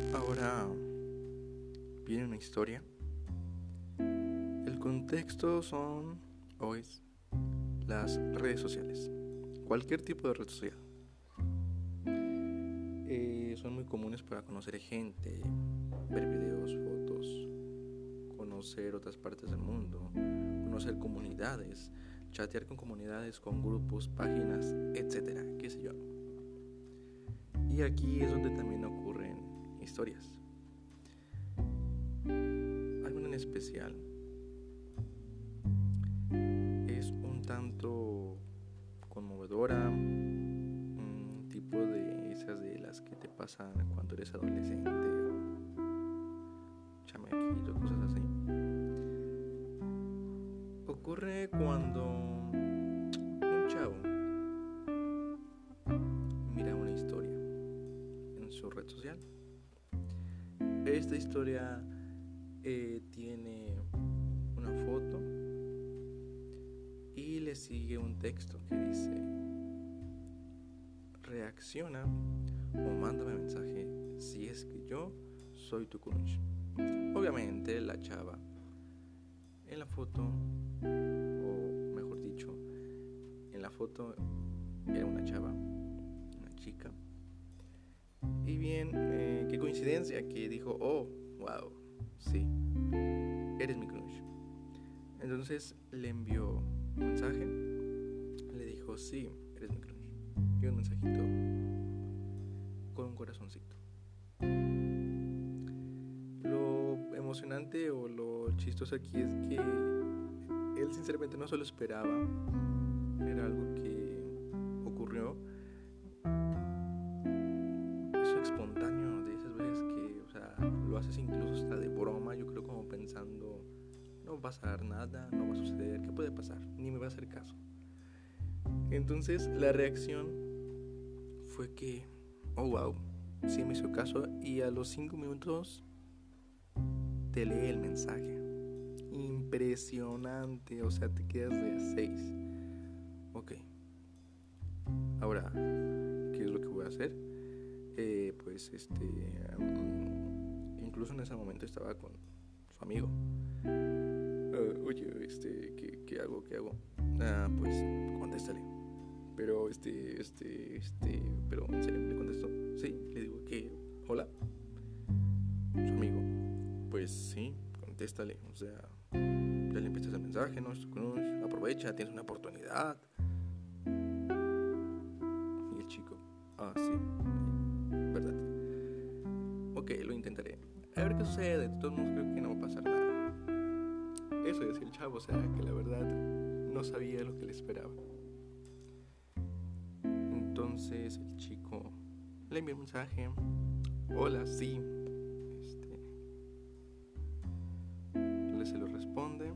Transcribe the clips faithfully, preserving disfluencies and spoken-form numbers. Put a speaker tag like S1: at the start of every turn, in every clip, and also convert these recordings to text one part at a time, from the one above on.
S1: Ahora viene una historia. El contexto son o es las redes sociales. Cualquier tipo de red social. Eh, son muy comunes para conocer gente, ver videos, fotos, conocer otras partes del mundo, conocer comunidades, chatear con comunidades, con grupos, páginas, etcétera, qué sé yo. Y aquí es donde también ocurren historias. Alguna en especial es un tanto conmovedora, un tipo de esas de las que te pasan cuando eres adolescente o chamaquito, cosas así. Ocurre cuando un chavo mira una historia en su red social. Esta historia eh, tiene una foto y le sigue un texto que dice: reacciona o mándame mensaje si es que yo soy tu crush. Obviamente la chava en la foto, o mejor dicho, en la foto era una chava, una chica. Y bien, eh, qué coincidencia que dijo: oh, wow, sí, eres mi crush. Entonces le envió un mensaje, le dijo: sí, eres mi crush. Y un mensajito con un corazoncito. Lo emocionante o lo chistoso aquí es que él sinceramente no se lo esperaba. Era algo que ocurrió. Eso espontáneo, de esas veces que, o sea, lo haces incluso hasta de broma, yo creo, como pensando: no va a pasar nada, no va a suceder, ¿qué puede pasar? Ni me va a hacer caso. Entonces la reacción fue que, oh wow, sí me hizo caso, y a los cinco minutos te lee el mensaje. Impresionante, o sea, te quedas de seis. Ok, ahora, ¿qué es lo que voy a hacer? Eh, pues este, um, incluso en ese momento estaba con su amigo. Uh, oye, este, ¿qué, qué hago? ¿Qué hago? Ah, pues contéstale. Pero este, este, este, pero en serio, le contestó. Sí, le digo que, hola, su amigo. Pues sí, contéstale. O sea, ya le empiezas el mensaje, ¿no? Es tu crush, aprovecha, tienes una oportunidad. Y el chico: ah, sí, verdad. Ok, lo intentaré. A ver qué sucede. De todos modos, creo que no va a pasar nada. Eso decía el chavo, o sea, que la verdad no sabía lo que le esperaba. Entonces el chico le envía un mensaje: hola, sí. Este, le se lo responde.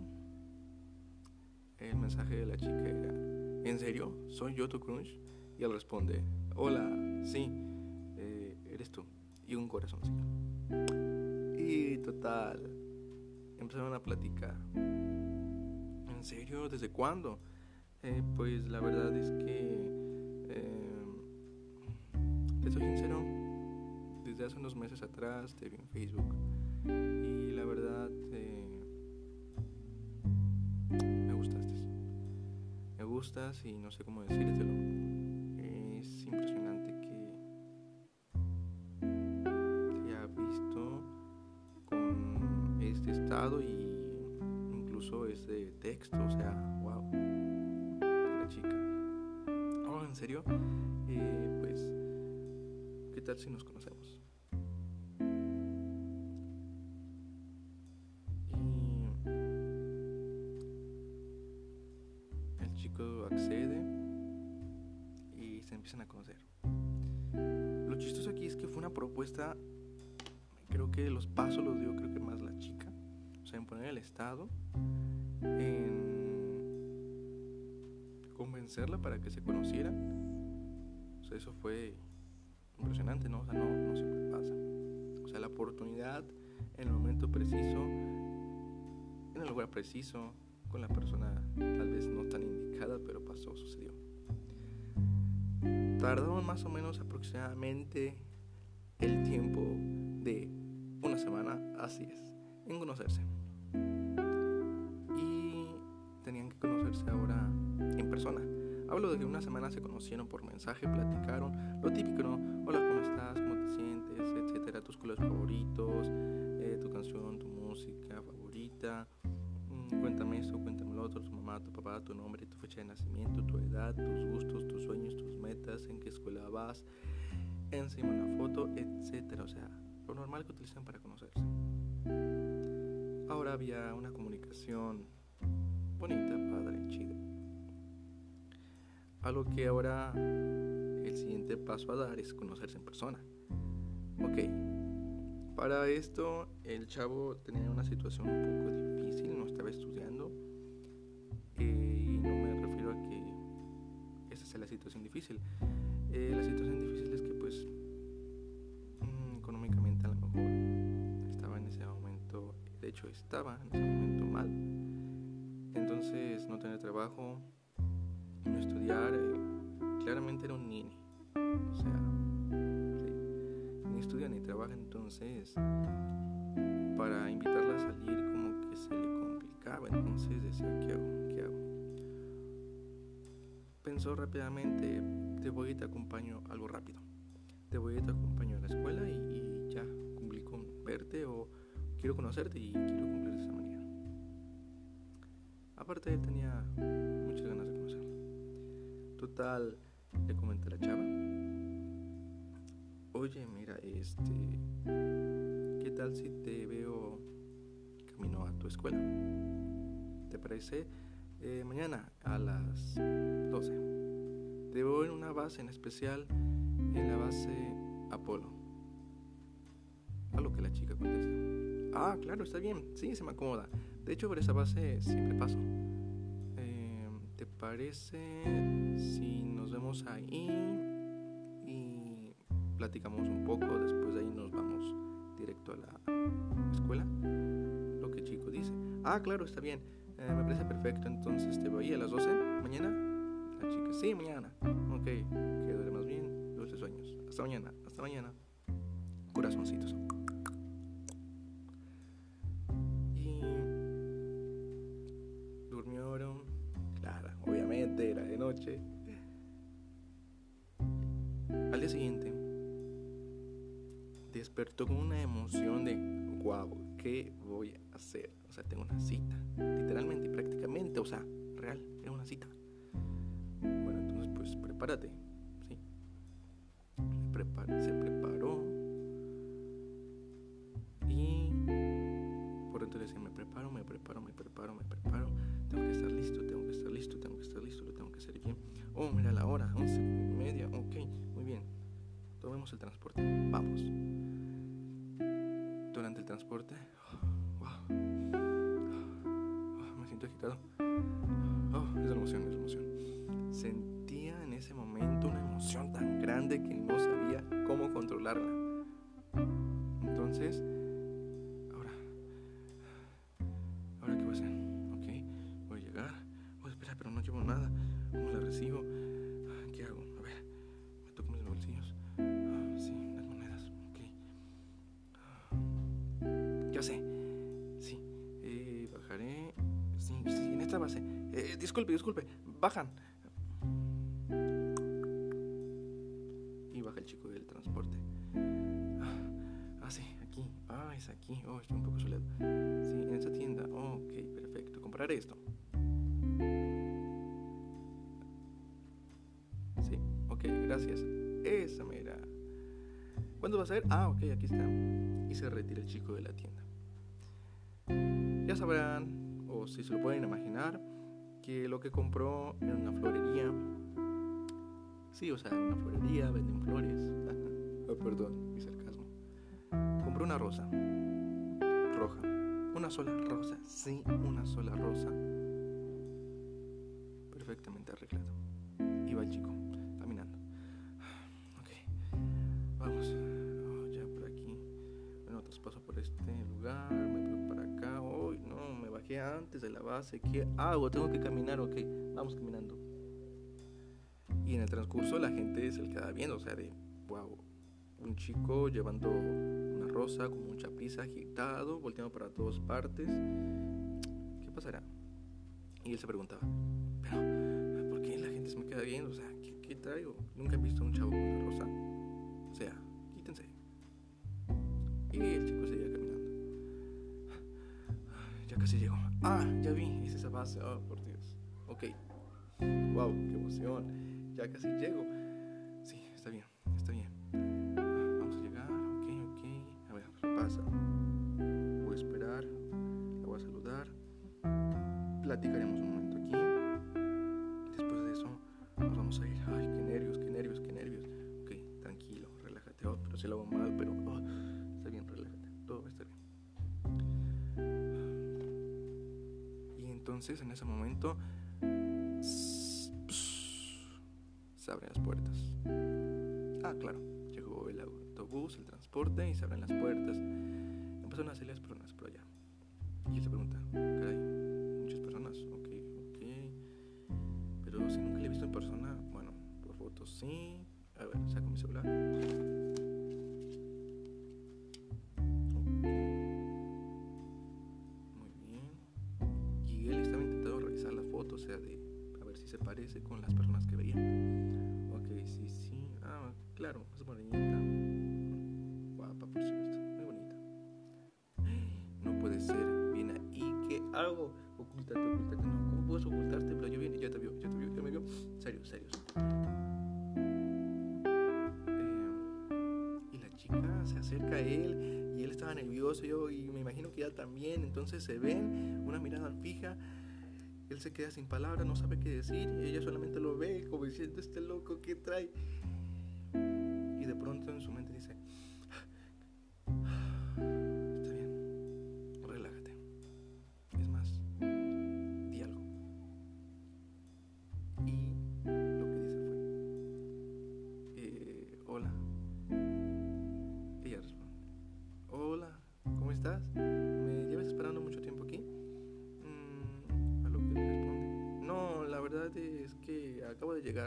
S1: El mensaje de la chica era: ¿en serio? ¿Soy yo tu crush? Y él responde: hola, sí, eh, eres tú. Y un corazoncito. Y total, empezaron a platicar. ¿En serio? ¿Desde cuándo? Eh, pues la verdad es que eh, te soy sincero, desde hace unos meses atrás te vi en Facebook y la verdad eh, me gustaste. Me gustas y no sé cómo decírtelo. Es impresionante que te haya visto con este estado y incluso este texto, o sea, wow, de la chica. Oh, ¿en serio? Eh, pues, ¿qué tal si nos conocemos? Y el chico accede y se empiezan a conocer. Lo chistoso aquí es que fue una propuesta, creo que los pasos los dio, creo que más la chica. O sea, en poner el estado, en convencerla para que se conocieran. O sea, eso fue impresionante, ¿no? O sea, no, no siempre pasa. O sea, la oportunidad en el momento preciso, en el lugar preciso, con la persona tal vez no tan indicada, pero pasó, sucedió. Tardó más o menos aproximadamente el tiempo de una semana, así es, en conocerse. Y tenían que conocerse ahora en persona. Hablo de que una semana se conocieron por mensaje, platicaron, lo típico, ¿no? Hola, ¿cómo estás? ¿Cómo te sientes? Etcétera, tus colores favoritos, eh, tu canción, tu música favorita, mm, cuéntame esto, cuéntame lo otro, tu mamá, tu papá, tu nombre, tu fecha de nacimiento, tu edad, tus gustos, tus sueños, tus metas, en qué escuela vas, encima una foto, etcétera. O sea, lo normal que utilizan para conocerse. Ahora había una comunicación bonita, padre, chida. A lo que ahora el siguiente paso a dar es conocerse en persona. Ok, para esto el chavo tenía una situación un poco difícil, no estaba estudiando. Eh, y no me refiero a que esa sea la situación difícil. Eh, la situación difícil es que pues mmm, económicamente a lo mejor estaba en ese momento, de hecho estaba en ese momento mal. Entonces no tener trabajo, no estudiar, eh, claramente era un nini. O sea, sí, ni estudia ni trabaja, entonces para invitarla a salir como que se le complicaba. Entonces decía, ¿qué hago? ¿Qué hago? Pensó rápidamente, te voy y te acompaño algo rápido. Te voy y te acompaño a la escuela y, y ya, cumplí con verte, o quiero conocerte y quiero cumplir de esa manera. Aparte él tenía muchas ganas de conocerla. Total, le comenté a la chava, oye, mira, este, ¿qué tal si te veo camino a tu escuela? ¿Te parece? Eh, mañana a las doce. Te veo en una base en especial, en la base Apolo. A lo que la chica contesta, ah, claro, está bien, sí, se me acomoda. De hecho, por esa base siempre paso. Eh, ¿Te parece si nos vemos ahí y platicamos un poco? Después de ahí nos vamos directo a la escuela. Lo que el chico dice, ah, claro, está bien, eh, me parece perfecto. Entonces te voy a las doce mañana. La chica, sí, mañana. Ok, que duele más bien, dulces sueños. Hasta mañana, hasta mañana. Corazoncitos. Y durmieron, claro, obviamente era de noche. Al día siguiente despertó con una emoción de guau, ¿qué voy a hacer? O sea, tengo una cita, literalmente y prácticamente, o sea, real, era una cita. Bueno, entonces pues prepárate, ¿sí? Prepar- se preparó y por dentro decía, me preparo, me preparo, me preparo, me preparo. Tengo que estar listo, tengo que estar listo, tengo que estar listo, lo tengo que hacer bien. Oh, mira la hora, once y media, ok, muy bien. Tomemos el transporte, vamos. Durante el transporte, wow, me siento agitado. Oh, es la emoción, es la emoción. Sentía en ese momento una emoción tan grande que no sabía cómo controlarla. Entonces, ahora, ahora qué voy a hacer. Ok, voy a llegar. Oh, espera, pero no llevo nada. ¿Cómo la recibo? ¿Qué hago? A ver, me toco mis bolsillos. Ah, sí, las monedas. Ok. Ya sé. Sí. Eh, bajaré. Sí, sí, en esta base. Eh, disculpe, disculpe. Bajan. Y baja el chico del transporte. Ah, sí, aquí. Ah, es aquí. Oh, estoy un poco soleado. Sí, en esta tienda. Oh, ok, perfecto. Compraré esto. Sí, ok, gracias. Esa mera. ¿Cuándo va a ser? Ah, ok, aquí está. Y se retira el chico de la tienda. Ya sabrán, o si se lo pueden imaginar, que lo que compró era una florería. Sí, o sea, una florería, venden flores. Oh, perdón, mi sarcasmo. Compró una rosa roja. Una sola rosa, sí, una sola rosa. Perfectamente arreglado. Iba el chico, caminando. Ok, vamos. Oh, ya por aquí. Bueno, traspaso por este lugar. Me voy para acá. Oh, no, me bajé antes de la base. ¿Qué hago? Tengo que caminar, ok. Vamos caminando. Y en el transcurso la gente se le queda viendo, o sea, de wow, un chico llevando una rosa con un chapiz agitado, volteando para todas partes. ¿Qué pasará? Y él se preguntaba, pero ¿por qué la gente se me queda viendo? O sea, ¿qué, qué traigo? Nunca he visto a un chavo con una rosa. O sea, quítense. Y el chico seguía caminando. Ya casi llegó. Ah, ya vi, es esa base. Oh, por Dios. Ok. Wow, qué emoción. Ya casi llego. Sí, está bien, está bien. Vamos a llegar. Ok, ok. A ver, ¿qué pasa? Voy a esperar. La voy a saludar. Platicaremos un momento aquí. Después de eso, nos vamos a ir. Ay, qué nervios, qué nervios, qué nervios. Ok, tranquilo, relájate. Oh, pero si lo hago mal, pero oh, está bien, relájate. Todo va a estar bien. Y entonces, en ese momento, se abren las puertas. Ah, claro, llegó el autobús, el transporte y se abren las puertas. Empezaron a salir las personas por allá. Y él se pregunta, caray, muchas personas, ok, ok. Pero si nunca le he visto en persona, bueno, por fotos sí. A ver, saco mi celular. Muy bien. Y él estaba intentando revisar la foto, o sea, de a ver si se parece con las personas que veía. Ok, sí, sí. Ah, claro, es bonita. Guapa, por cierto. Muy bonita. No puede ser. Viene ahí. ¿Qué hago? Ocúltate, ocúltate. No, ¿cómo puedes ocultarte? Pero yo viene, ya te vio, ya te vio, ya me vio. Serios, serios. Eh, y la chica se acerca a él y él estaba nervioso yo, y me imagino que ella también. Entonces se ven, una mirada fija. Él se queda sin palabras, no sabe qué decir, y ella solamente lo ve como diciendo, este loco, ¿qué trae? Y de pronto en su mente dice, está bien, relájate. Es más, di algo. Y lo que dice fue, eh, hola. Ella responde, hola, ¿cómo estás? ¿Me llevas esperando mucho tiempo aquí? Mm, a lo que él responde, no, la verdad es que acabo de llegar.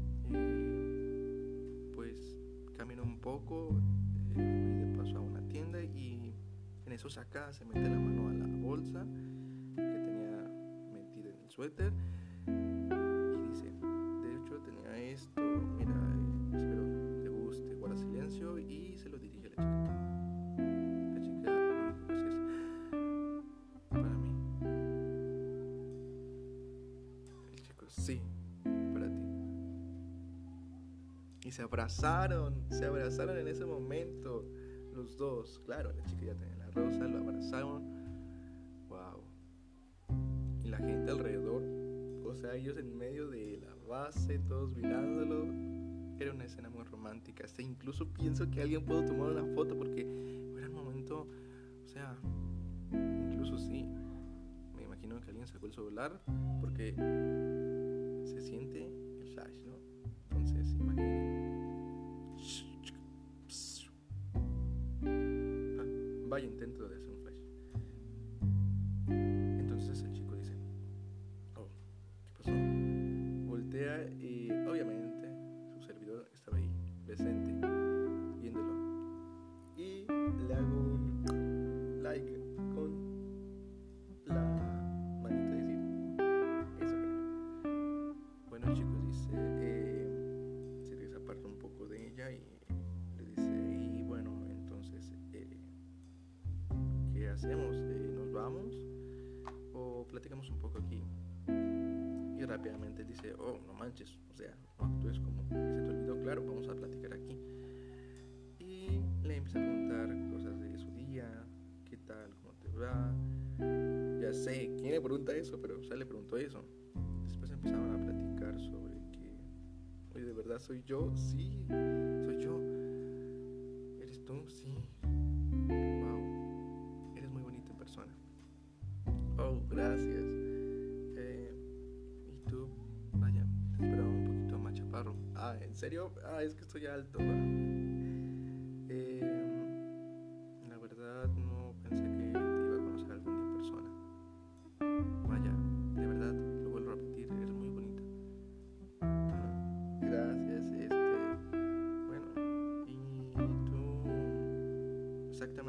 S1: Eh, pues camino un poco, eh, fui de paso a una tienda y en eso saca, se mete la mano a la bolsa que tenía metida en el suéter y dice, de hecho tenía esto, mira, eh, espero te guste, guarda silencio, y se lo dirige a la chica. La chica lo único que hace es, para mí. El chico, sí, para ti. Y se abrazaron, se abrazaron en ese momento, los dos. Claro, la chica ya tenía la rosa, lo abrazaron. Wow. Y la gente alrededor, o sea, ellos en medio de la base, todos mirándolo. Era una escena muy romántica. Hasta incluso pienso que alguien pudo tomar una foto, porque era un momento, o sea, incluso sí, me imagino que alguien sacó el celular, porque se siente el flash, ¿no? Entonces, imaginen. Ah, vaya intento de hacer un flash. Entonces el chico dice, oh, ¿qué pasó? Voltea y obviamente su servidor estaba ahí, presente, viéndolo. Y le hago un like con la manita, decir, eso creo. Bueno, el chico dice, eh, se desaparta un poco de ella y le dice, y bueno, entonces, eh, ¿qué hacemos? Eh, ¿Nos vamos? ¿O platicamos un poco aquí? Y rápidamente dice, oh, no manches, o sea, no actúes como que se te olvidó, claro, vamos a platicar aquí. Y le empieza a preguntar cosas de su día, qué tal, cómo te va. Ya sé, ¿quién le pregunta eso? Pero o sea, le preguntó eso. Después empezaron a platicar sobre que, oye, ¿de verdad soy yo? Sí, soy yo. ¿Eres tú? Sí. Wow, eres muy bonita en persona. Oh, gracias. Eh, ¿y tú? Vaya, te esperaba un poquito más chaparro. Ah, ¿en serio? Ah, es que estoy alto. Eh, la verdad no pensé que te iba a conocer algún día en persona. Vaya, de verdad, lo vuelvo a repetir, eres muy bonita. Mm, gracias, este... Bueno, ¿y tú? Exactamente.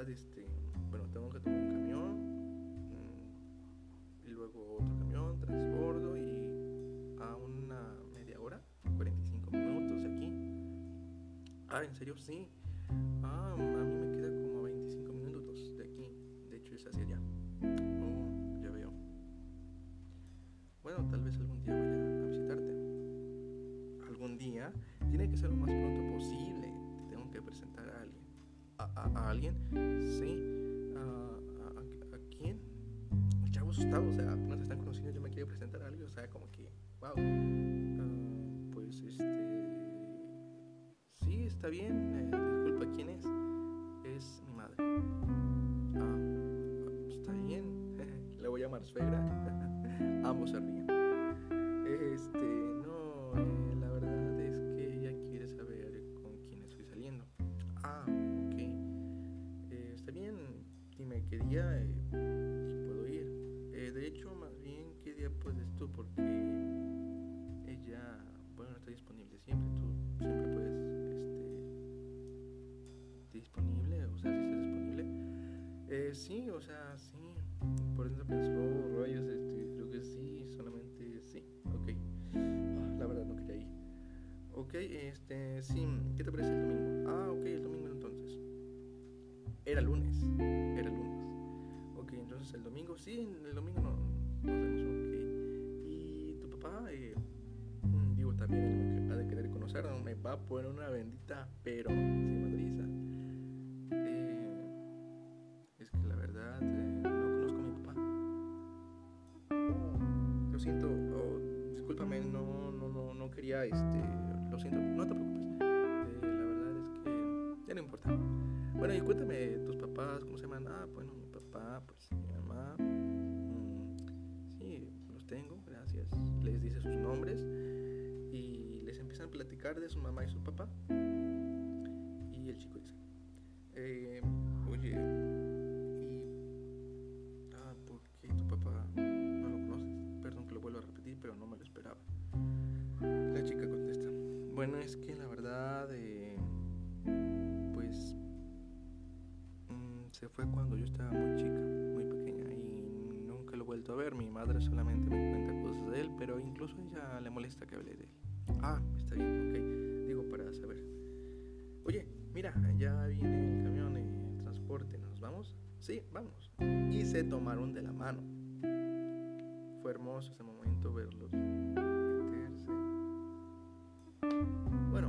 S1: este, bueno, tengo que tomar un camión mmm, y luego otro camión, transbordo y a una media hora, cuarenta y cinco minutos de aquí. Ah, ¿en serio? Sí. Ah, a mí me queda como a veinticinco minutos de aquí. De hecho, es hacia allá. Oh, ya veo. Bueno, tal vez algún día vaya a visitarte. Algún día. Tiene que ser lo más pronto posible. Te tengo que presentar a alguien. ¿A, a, a alguien? Sí. ¿A, a, a quién? El chavo asustado. O sea, apenas se están conociendo. Yo me quiero presentar a alguien. O sea, como que, wow. Uh, pues este. Sí, está bien. Eh, disculpa, ¿quién es? Es mi madre. Ah, está bien. Le voy a llamar suegra. Ambos se ríen. Este, no, eh, la verdad es que ella quiere saber con quién estoy saliendo. Ah, ok. Eh, está bien. Dime qué día eh, puedo ir. Eh, de hecho, más bien, ¿qué día puedes tú? Porque ella, bueno, no está disponible siempre. Tú siempre puedes, este, disponible, o sea, si estás disponible. Eh, sí, o sea, sí. Por eso pensó, rayos, este, creo que sí, solamente sí. Ok. Ah, la verdad no quería ir. Ok, este, sí. ¿Qué te parece el domingo? Ah, ok, el domingo entonces. Era lunes. Era lunes. Ok, entonces el domingo, sí, el domingo no, nos vemos, ok. Y tu papá, eh, digo, también él me ha de querer conocer, ¿no? Me va a poner una bendita, pero sin madriza. Es que la verdad eh, no conozco a mi papá. Oh, lo siento, oh, discúlpame, no, no, no, no quería, este, lo siento, no te preocupes. Eh, la verdad es que ya no importa. Bueno, y cuéntame, tus papás, ¿cómo se llaman? Ah, bueno, mi papá, pues mi mamá. Mmm, sí, los tengo, gracias. Les dice sus nombres y les empiezan a platicar de su mamá y su papá. Y el chico dice, eh, oye, pero no me lo esperaba. La chica contesta, bueno, es que la verdad eh, pues mmm, se fue cuando yo estaba muy chica, muy pequeña, y nunca lo he vuelto a ver. Mi madre solamente me cuenta cosas de él, pero incluso a ella le molesta que hable de él. Ah, está bien, ok, digo para saber. Oye, mira, ya viene el camión, el transporte, ¿nos vamos? Sí, vamos. Y se tomaron de la mano. Fue hermoso ese momento verlos meterse. Bueno,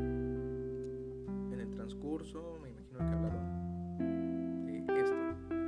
S1: en el transcurso me imagino que hablaron de esto.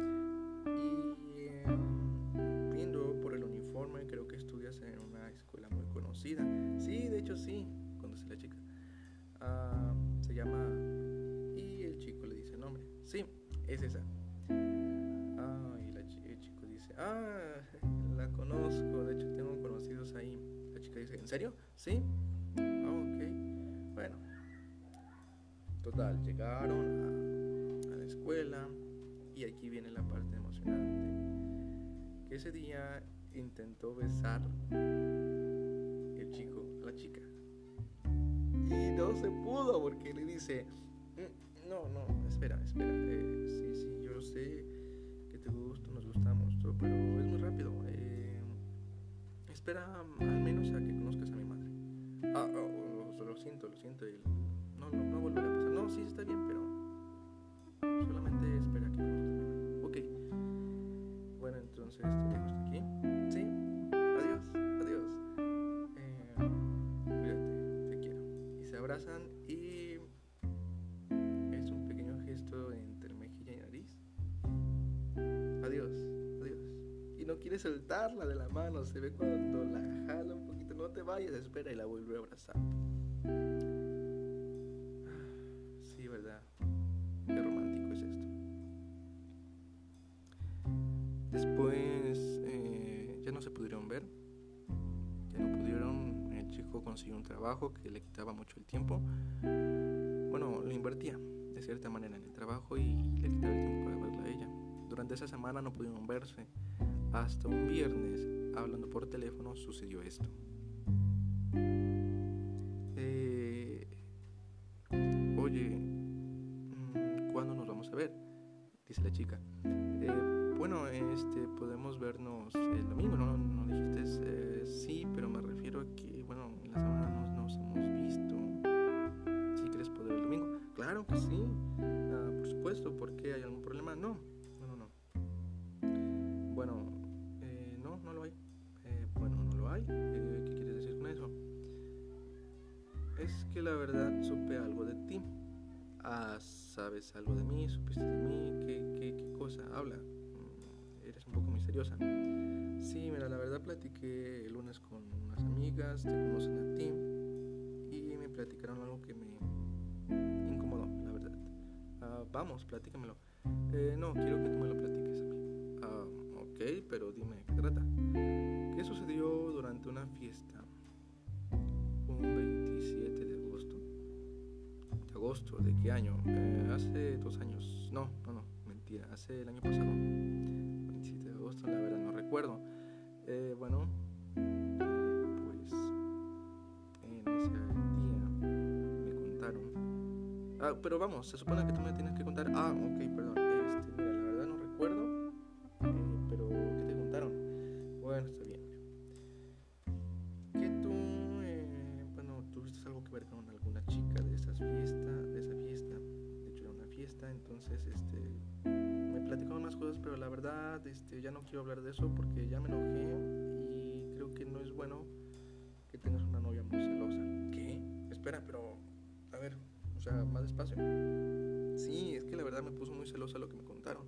S1: Y eh, viendo por el uniforme, creo que estudias en una escuela muy conocida. Sí, de hecho sí, contesta la chica. Uh, se llama... Y el chico le dice el nombre. Sí, es esa. Ah, y la ch- el chico dice, ah, la conozco, de hecho tengo conocidos ahí. La chica dice, ¿en serio? Sí. Ah, ok. Bueno, total, llegaron a, a la escuela y aquí viene la parte emocionante. Que ese día intentó besar el chico a la chica y no se pudo porque le dice, no, no, espera, espera, eh, sí, sí, yo sé que te gusta, nos gustamos, todo, pero es muy rápido. Eh, espera al menos a que conozcas a mi madre. Ah, oh, oh, lo siento, lo siento. El, no, no, no volverá a pasar. No, sí, está bien, pero solamente espera a que conozcas a mi madre. Ok. Bueno, entonces te dejo hasta aquí. Sí. Adiós, adiós. Eh, cuídate, te quiero. Y se abrazan y es un pequeño gesto entre mejilla y nariz. Adiós, adiós. Y no quiere soltarla de la mano. Se ve cuando la jala un poquito. No te vayas, espera, y la vuelve a abrazar. Sí, ¿verdad? Qué romántico es esto. Después eh, ya no se pudieron ver. Ya no pudieron. El chico consiguió un trabajo que le quitaba mucho el tiempo. Bueno, lo invertía de cierta manera en el trabajo y le quitaba el tiempo para verla a ella. Durante esa semana no pudieron verse. Hasta un viernes, hablando por teléfono, sucedió esto. Eh, Oye, ¿cuándo nos vamos a ver? la chica, eh, bueno, este, podemos vernos el domingo, ¿no? No dijiste, eh, sí, pero me refiero a que, bueno, en la semana no nos hemos visto. ¿Sí crees poder el domingo? Claro que sí, uh, por supuesto. ¿Por qué? ¿Hay algún problema? No, no, no, no. Bueno, eh, no, no lo hay. Eh, bueno, no lo hay. Eh, ¿Qué quieres decir con eso? Es que la verdad supe algo de ti. Ah, ¿sabes algo de mí? ¿Supiste de mí? ¿Qué, qué, qué cosa? Habla. Mm, eres un poco misteriosa. Sí, mira, la verdad platiqué el lunes con unas amigas, te conocen a ti y me platicaron algo que me incomodó, la verdad. Ah, vamos, platícamelo. Eh, no, quiero que tú me lo platiques a mí. Ah, ok, pero dime, ¿qué trata? ¿Qué sucedió durante una fiesta un veintisiete de agosto? ¿De agosto? ¿De qué año? Eh, hace dos años. No, no, no, mentira, hace el año pasado. veintisiete de agosto, la verdad no recuerdo. Eh, bueno, eh, pues en ese día me contaron. Ah, pero vamos, se supone que tú me tienes que contar. Ah, ok, perdón. Este, mira, la verdad no recuerdo. Eh, pero, ¿qué te contaron? Bueno, está bien. Que tú, eh, bueno, tuviste algo que ver con alguna chica de esas fiestas, de esa fiesta. De hecho, era una fiesta, entonces, este, me platicaron más cosas, pero la verdad, este, ya no quiero hablar de eso porque ya me enojé y creo que no es bueno que tengas una novia muy celosa. ¿Qué? Espera, pero, a ver, o sea, más despacio. Sí, es que la verdad me puso muy celosa lo que me contaron.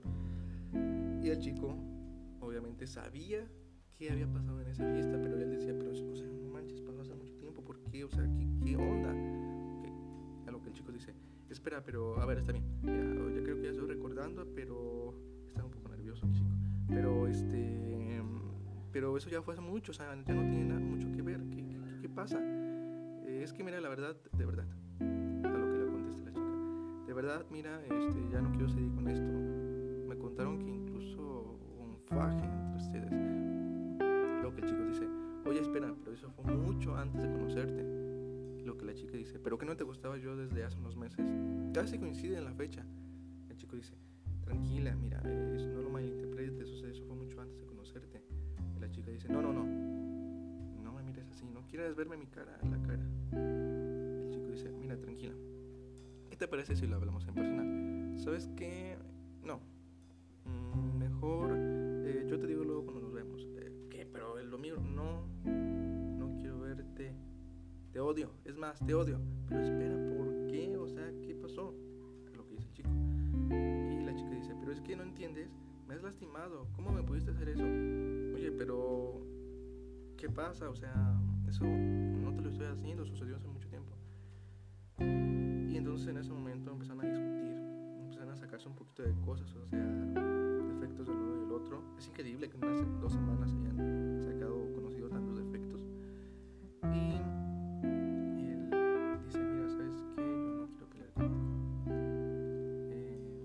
S1: Y el chico, obviamente, sabía qué había pasado en esa fiesta, pero él decía, pero, o sea, no manches, pasó hace mucho tiempo, ¿por qué? O sea, ¿qué, qué onda? Okay. A lo que el chico dice, espera, pero, a ver, está bien. Mira, ya creo que ya estoy recordando, pero está un poco nervioso el chico. Pero, este, pero eso ya fue hace mucho, o sea, ya no tiene nada mucho que ver. ¿Qué, qué, qué pasa? Eh, es que, mira, la verdad, de verdad, a lo que le contesta la chica, de verdad, mira, este, ya no quiero seguir con esto. Me contaron que incluso hubo un faje entre ustedes. Lo que el chico dice, oye, espera, pero eso fue mucho antes de conocerte. Lo que la chica dice, pero que no te gustaba yo desde hace unos meses. Casi coincide en la fecha. El chico dice, tranquila, mira, eh, no lo malinterpretes, o sea, eso fue mucho antes de conocerte. Y la chica dice, no, no, no, no me mires así, no quieras verme mi cara, en la cara. El chico dice, mira, tranquila, ¿qué te parece si lo hablamos en persona? ¿Sabes qué? No, mm, mejor eh, yo te digo luego cuando nos vemos. Eh, ¿Qué? Pero lo mío, no, no quiero verte. Te odio, es más, te odio. Pero espera, ¿por qué? O sea, ¿qué pasó? Es lo que dice el chico. Y la chica dice, pero es que no entiendes, me has lastimado, ¿cómo me pudiste hacer eso? Oye, pero ¿qué pasa? O sea, eso no te lo estoy haciendo, sucedió hace mucho tiempo. Y entonces en ese momento empezaron a discutir, empezaron a sacarse un poquito de cosas, o sea, defectos del uno y del otro. Es increíble que en unas dos semanas hayan sacado, conocido tantos defectos. Y él dice, mira, ¿sabes qué? Yo no quiero pelear contigo. Eh,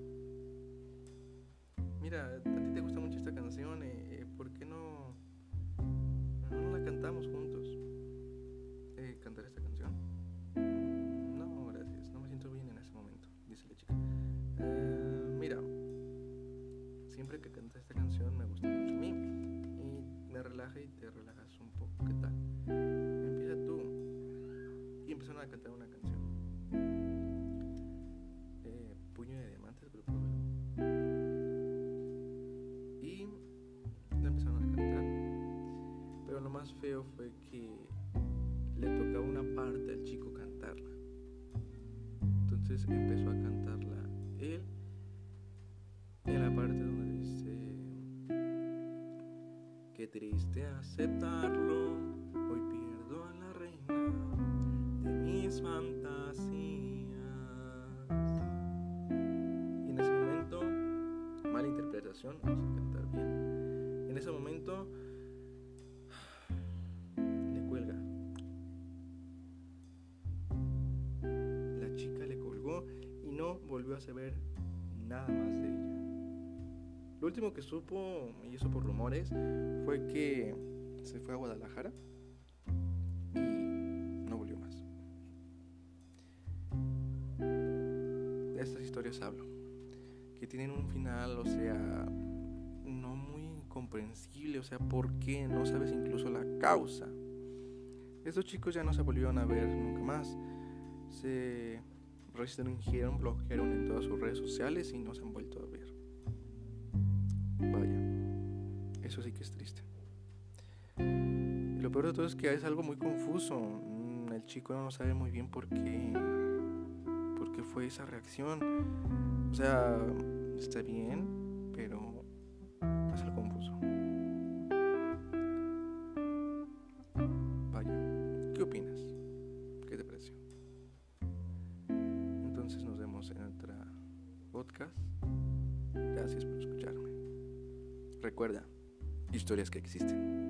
S1: mira, a ti te gusta mucho esta canción, eh, ¿por qué no, no, no la cantamos juntos? Eh, ¿Cantar esta canción? No, gracias, no me siento bien en ese momento, dice la chica. Eh, mira, siempre que cantas esta canción me gusta mucho a mí y me relaja y te relajas un poco. ¿Qué tal? Empieza tú. Y empezaron a cantar una canción. Eh, Puño de Diamantes, Grupo Velo. Y la empezaron a cantar. Pero lo más feo fue que le tocaba una parte al chico cantarla. Entonces empezó a cantarla él en la parte donde dice, qué triste aceptarlo, hoy pierdo a la reina de mis fantasías. Y en ese momento, mala interpretación, no sé cantar bien. En ese momento le cuelga. La chica le colgó y no volvió a saber nada más de ella. Lo último que supo, y eso por rumores, fue que se fue a Guadalajara y no volvió más. De estas historias hablo, que tienen un final, o sea, no muy comprensible. O sea, ¿por qué? No sabes incluso la causa. Estos chicos ya no se volvieron a ver nunca más. Se restringieron, bloquearon en todas sus redes sociales y no se han vuelto a ver. Vaya, eso sí que es triste. Y lo peor de todo es que es algo muy confuso. El chico no sabe muy bien por qué, por qué fue esa reacción. O sea, está bien, pero es algo confuso. Vaya, ¿qué opinas? ¿Qué te pareció? Entonces nos vemos en otra podcast. Gracias por escucharme. Recuerda, historias que existen.